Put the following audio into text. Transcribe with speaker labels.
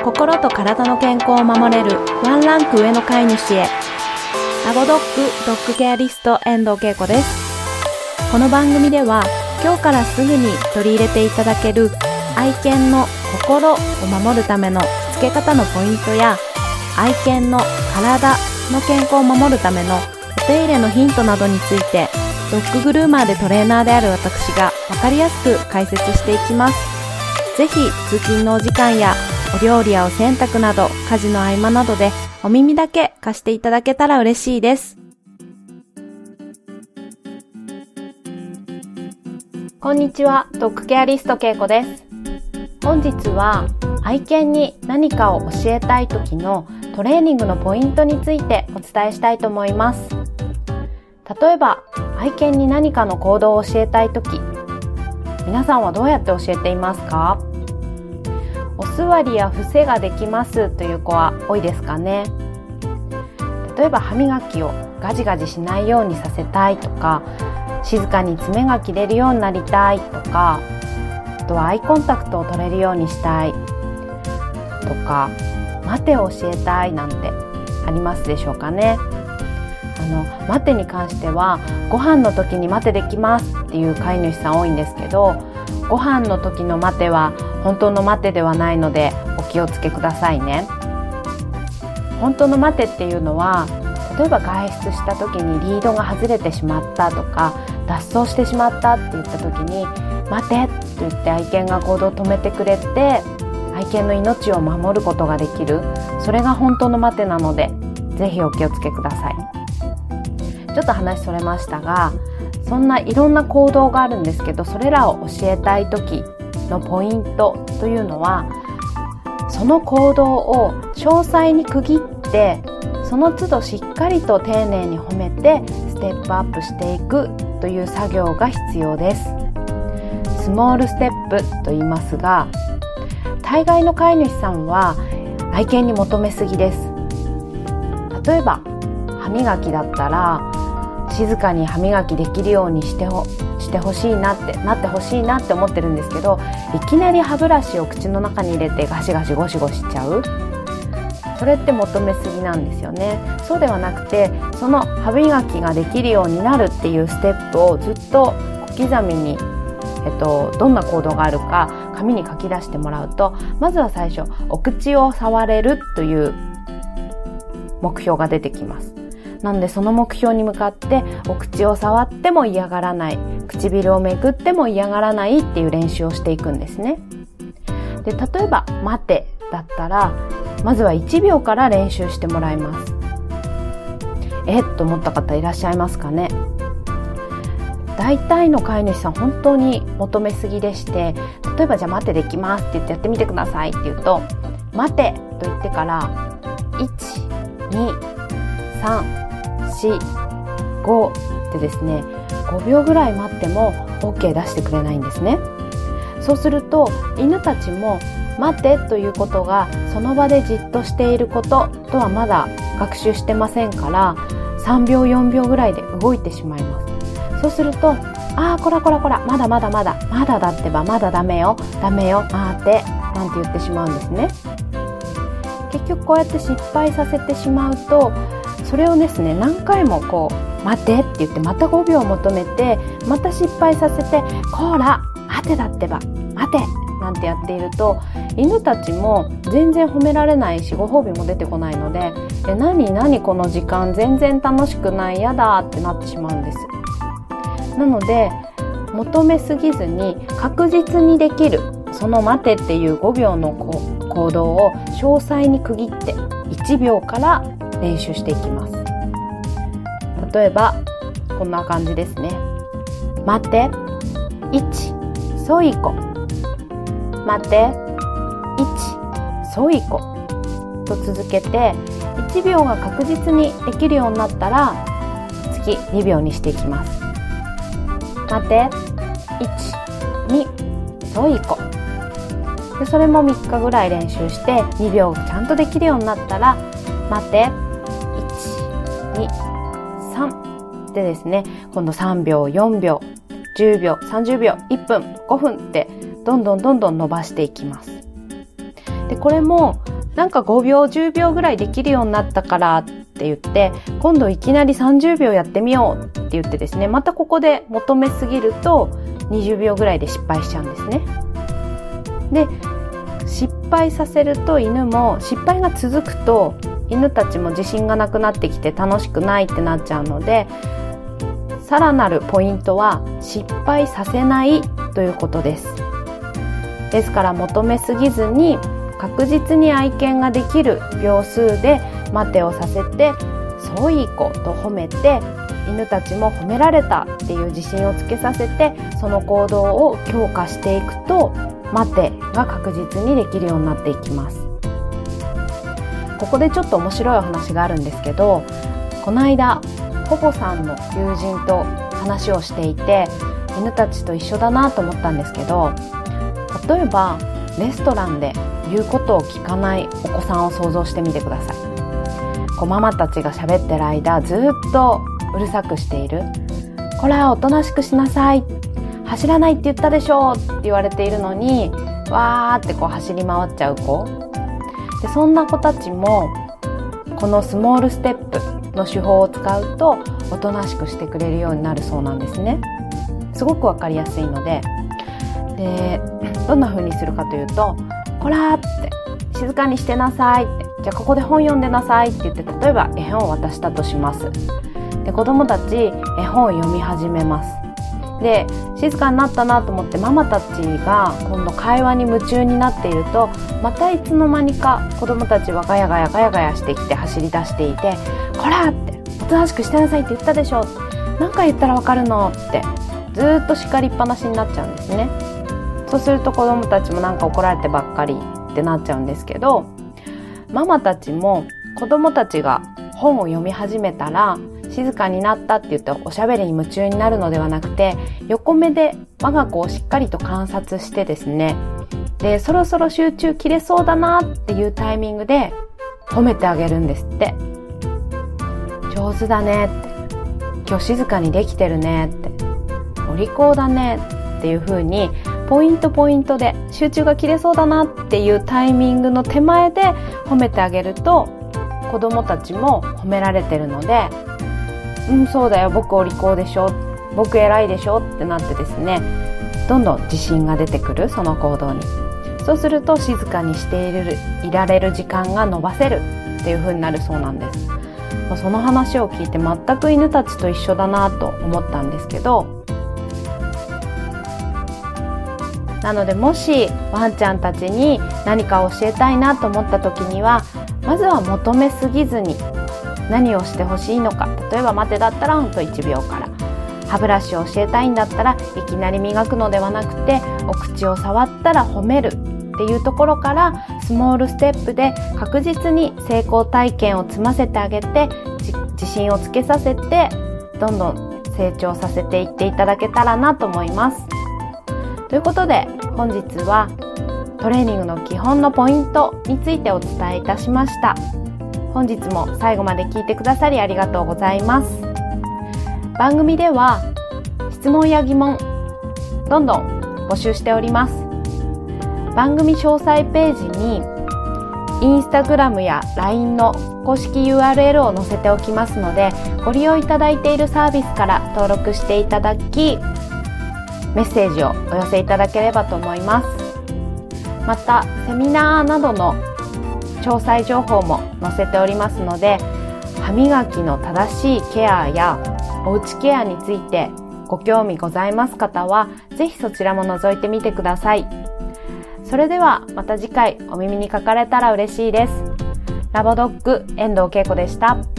Speaker 1: 心と体の健康を守れるワンランク上の飼い主へ。ラゴドッグドッグケアリスト遠藤恵子です。この番組では今日からすぐに取り入れていただける愛犬の心を守るためのしつけ方のポイントや、愛犬の体の健康を守るためのお手入れのヒントなどについて、ドッググルーマーでトレーナーである私が分かりやすく解説していきます。ぜひ通勤のお時間やお料理やお洗濯など家事の合間などでお耳だけ貸していただけたら嬉しいです。こんにちは、ドッグケアリスト恵子です。本日は愛犬に何かを教えたい時のトレーニングのポイントについてお伝えしたいと思います。例えば愛犬に何かの行動を教えたい時、皆さんはどうやって教えていますか？お座りや伏せができますという子は多いですかね。例えば歯磨きをガジガジしないようにさせたいとか、静かに爪が切れるようになりたいとか、あとはアイコンタクトを取れるようにしたいとか、待てを教えたいなんてありますでしょうかね。待てに関してはご飯の時に待てできますっていう飼い主さん多いんですけど、ご飯の時の待ては本当の待てではないのでお気をつけくださいね。本当の待てっていうのは、例えば外出した時にリードが外れてしまったとか、脱走してしまったって言った時に待てって言って愛犬が行動を止めてくれて、愛犬の命を守ることができる、それが本当の待てなので、ぜひお気をつけください。ちょっと話それましたが、そんないろんな行動があるんですけど、それらを教えたい時のポイントというのは、その行動を詳細に区切って、その都度しっかりと丁寧に褒めてステップアップしていくという作業が必要です。スモールステップと言いますが、大概の飼い主さんは愛犬に求めすぎです。例えば歯磨きだったら、静かに歯磨きできるようにしてほしいなって、なってほしいなって思ってるんですけど、いきなり歯ブラシを口の中に入れてガシガシゴシゴシしちゃう、それって求めすぎなんですよね。そうではなくて、その歯磨きができるようになるっていうステップをずっと小刻みに、どんな行動があるか紙に書き出してもらうと、まずは最初お口を触れるという目標が出てきます。なのでその目標に向かってお口を触っても嫌がらない、唇をめくっても嫌がらないっていう練習をしていくんですね。で、例えば待てだったら、まずは1秒から練習してもらいます。と思った方いらっしゃいますかね。大体の飼い主さん本当に求めすぎでして、例えばじゃあ待てできますって言ってやってみてくださいって言うと、待てと言ってから1、2、3、4、5ってですね、5秒ぐらい待っても OK 出してくれないんですね。そうすると犬たちも待てということがその場でじっとしていることとはまだ学習してませんから、3秒4秒ぐらいで動いてしまいます。そうすると、こらまだだってば、まだダメよ待てなんて言ってしまうんですね。結局こうやって失敗させてしまうと、それをですね、何回も待てって言ってまた5秒求めて、また失敗させて、こら待てだってば待てなんてやっていると、犬たちも全然褒められないし、ご褒美も出てこないので、何この時間全然楽しくない、やだってなってしまうんです。なので求めすぎずに確実にできる、その待てっていう5秒の行動を詳細に区切って1秒から練習していきます。例えばこんな感じですね。待て1、そいこ。待て1、そいこと続けて、1秒が確実にできるようになったら次2秒にしていきます。待て1、2、そいこ。でそれも3日ぐらい練習して2秒ちゃんとできるようになったら、待て1、2、3でですね、今度3秒、4秒、10秒、30秒、1分、5分ってどんどん伸ばしていきます。でこれもなんか5秒10秒ぐらいできるようになったからって言って、今度いきなり30秒やってみようって言ってですね、またここで求めすぎると20秒ぐらいで失敗しちゃうんですね。で、失敗させると失敗が続くと犬たちも自信がなくなってきて楽しくないってなっちゃうので、さらなるポイントは失敗させないということです。ですから求めすぎずに確実に愛犬ができる秒数で待てをさせて、そういい子と褒めて、犬たちも褒められたっていう自信をつけさせて、その行動を強化していくと待てが確実にできるようになっていきます。ここでちょっと面白いお話があるんですけど、この間ほぼさんの友人と話をしていて、犬たちと一緒だなと思ったんですけど、例えばレストランで言うことを聞かないお子さんを想像してみてください。ママたちが喋ってる間ずっとうるさくしている。こらおとなしくしなさい、走らないって言ったでしょって言われているのに、わーって走り回っちゃう子で、そんな子たちもこのスモールステップの手法を使うとおとなしくしてくれるようになるそうなんですね。すごくわかりやすいので、どんな風にするかというと、こらーって静かにしてなさいって、じゃあここで本読んでなさいって言って、例えば絵本を渡したとします。で、子供たち絵本を読み始めます。で、静かになったなと思ってママたちが今度会話に夢中になっていると、またいつの間にか子供たちはガヤガヤしてきて走り出していて、こらーっておとなしくしてなさいって言ったでしょ、何回言ったらわかるのってずっと叱りっぱなしになっちゃうんですね。そうすると子供たちもなんか怒られてばっかりってなっちゃうんですけど、ママたちも子供たちが本を読み始めたら静かになったって言っておしゃべりに夢中になるのではなくて、横目で我が子をしっかりと観察してですね、でそろそろ集中切れそうだなっていうタイミングで褒めてあげるんですって。上手だねって、今日静かにできてるねって、お利口だねっていう風にポイントで集中が切れそうだなっていうタイミングの手前で褒めてあげると、子供たちも褒められてるので、そうだよ、僕お利口でしょ、僕偉いでしょってなってですね、どんどん自信が出てくる、その行動に。そうすると静かにしていられる時間が伸ばせるっていう風になるそうなんです。その話を聞いて全く犬たちと一緒だなと思ったんですけど、なのでもしワンちゃんたちに何か教えたいなと思った時には、まずは求めすぎずに何をしてほしいのか、例えば待てだったらほんと1秒から、歯ブラシを教えたいんだったらいきなり磨くのではなくて、お口を触ったら褒めるっていうところからスモールステップで確実に成功体験を積ませてあげて、自信をつけさせてどんどん成長させていっていただけたらなと思います。ということで本日はトレーニングの基本のポイントについてお伝えいたしました。本日も最後まで聞いてくださりありがとうございます。番組では質問や疑問どんどん募集しております。番組詳細ページにインスタグラムや LINE の公式 URL を載せておきますので、ご利用いただいているサービスから登録していただき、メッセージをお寄せいただければと思います。またセミナーなどの詳細情報も載せておりますので、歯磨きの正しいケアやおうちケアについてご興味ございます方は、ぜひそちらも覗いてみてください。それではまた次回お耳にかかれたら嬉しいです。ラボドッグ遠藤恵子でした。